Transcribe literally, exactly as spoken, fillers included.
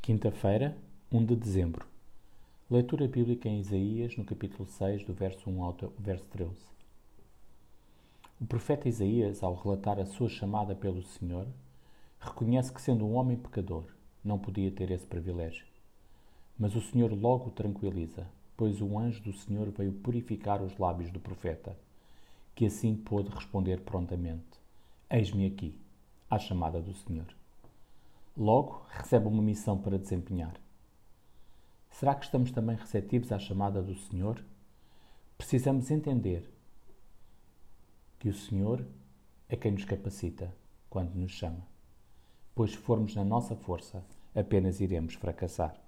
Quinta-feira, um de dezembro. Leitura bíblica em Isaías, no capítulo seis, do verso um ao verso treze. O profeta Isaías, ao relatar a sua chamada pelo Senhor, reconhece que, sendo um homem pecador, não podia ter esse privilégio. Mas o Senhor logo o tranquiliza, pois o anjo do Senhor veio purificar os lábios do profeta, que assim pôde responder prontamente: Eis-me aqui, à chamada do Senhor. Logo, recebe uma missão para desempenhar. Será que estamos também receptivos à chamada do Senhor? Precisamos entender que o Senhor é quem nos capacita quando nos chama, pois se formos na nossa força, apenas iremos fracassar.